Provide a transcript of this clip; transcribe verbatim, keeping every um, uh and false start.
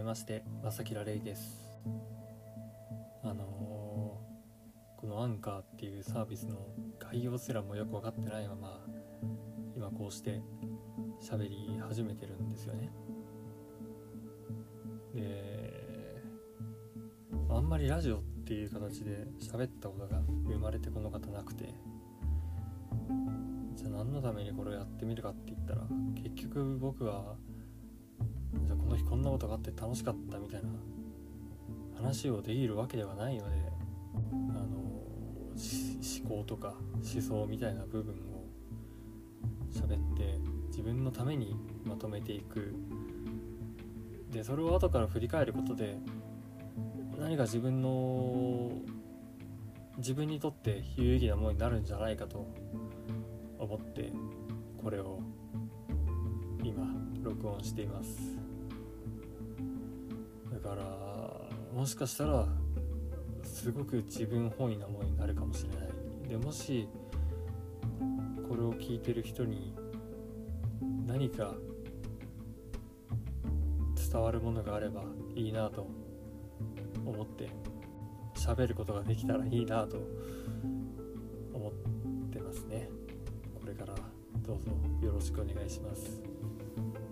まして、まさきられいです。あのー、このアンカーっていうサービスの概要すらもよく分かってないまま今こうして喋り始めてるんですよね。で、あんまりラジオっていう形で喋ったことが生まれてこの方なくて、じゃあ何のためにこれをやってみるかって言ったら、結局僕はじゃあこの日こんなことがあって楽しかったみたいな話をできるわけではないので、あの思考とか思想みたいな部分を喋って自分のためにまとめていく。でそれを後から振り返ることで何か自分の自分にとって有意義なものになるんじゃないかと思ってこれを今録音しています。だからもしかしたらすごく自分本位なものになるかもしれない。でもしこれを聞いてる人に何か伝わるものがあればいいなと思って喋ることができたらいいなと思ってますね。これからどうぞよろしくお願いします。